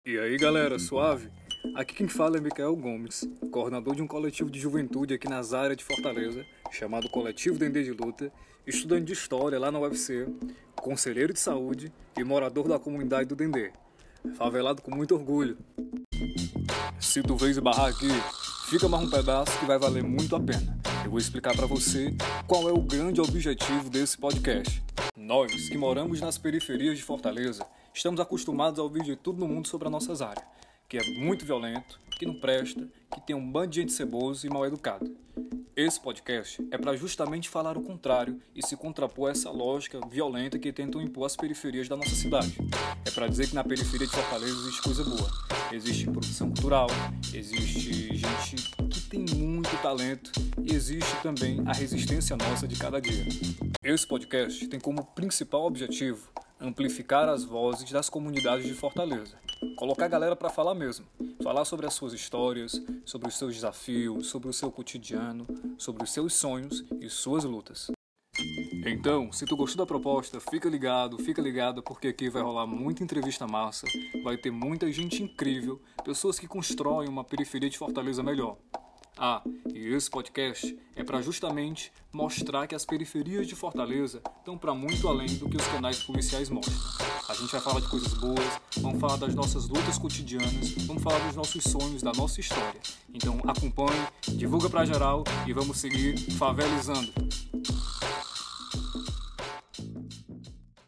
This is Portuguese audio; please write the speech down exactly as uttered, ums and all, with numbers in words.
E aí galera, suave? Aqui quem fala é Micael Gomes, coordenador de um coletivo de juventude aqui nas áreas de Fortaleza, chamado Coletivo Dendê de Luta, estudante de História lá na U F C, conselheiro de saúde e morador da comunidade do Dendê, favelado com muito orgulho. Se tu vês barrar aqui, fica mais um pedaço que vai valer muito a pena. Eu vou explicar pra você qual é o grande objetivo desse podcast. Nós, que moramos nas periferias de Fortaleza, estamos acostumados a ouvir de tudo no mundo sobre as nossas áreas, que é muito violento, que não presta, que tem um bando de gente ceboso e mal educado. Esse podcast é para justamente falar o contrário e se contrapor a essa lógica violenta que tentam impor às periferias da nossa cidade. É para dizer que na periferia de Fortaleza existe coisa boa. Existe produção cultural, existe gente que tem muito talento e existe também a resistência nossa de cada dia. Esse podcast tem como principal objetivo amplificar as vozes das comunidades de Fortaleza. Colocar a galera para falar mesmo. Falar sobre as suas histórias, sobre os seus desafios, sobre o seu cotidiano, sobre os seus sonhos e suas lutas. Então, se tu gostou da proposta, fica ligado, fica ligada, porque aqui vai rolar muita entrevista massa, vai ter muita gente incrível, pessoas que constroem uma periferia de Fortaleza melhor. Ah, e esse podcast é para justamente mostrar que as periferias de Fortaleza estão para muito além do que os canais policiais mostram. A gente vai falar de coisas boas, vamos falar das nossas lutas cotidianas, vamos falar dos nossos sonhos, da nossa história. Então acompanhe, divulga para geral e vamos seguir favelizando.